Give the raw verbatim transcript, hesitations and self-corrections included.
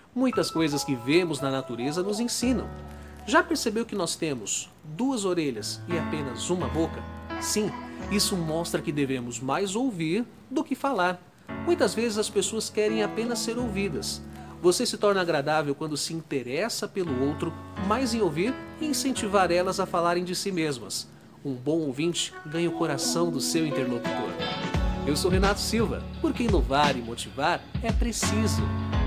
Muitas coisas que vemos na natureza nos ensinam. Já percebeu que nós temos duas orelhas e apenas uma boca? Sim, isso mostra que devemos mais ouvir do que falar. Muitas vezes as pessoas querem apenas ser ouvidas. Você se torna agradável quando se interessa pelo outro, mais em ouvir e incentivar elas a falarem de si mesmas. Um bom ouvinte ganha o coração do seu interlocutor. Eu sou Renato Silva, porque inovar e motivar é preciso.